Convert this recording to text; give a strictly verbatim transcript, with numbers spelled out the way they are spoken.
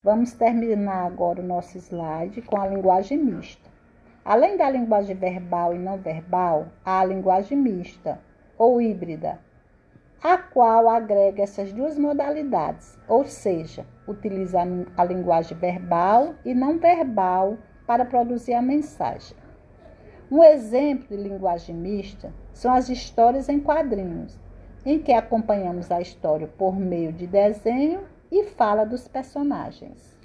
Vamos terminar agora o nosso slide com a linguagem mista. Além da linguagem verbal e não verbal, há a linguagem mista ou híbrida, a qual agrega essas duas modalidades, ou seja, utiliza a linguagem verbal e não verbal para produzir a mensagem. Um exemplo de linguagem mista são as histórias em quadrinhos, em que acompanhamos a história por meio de desenho e fala dos personagens.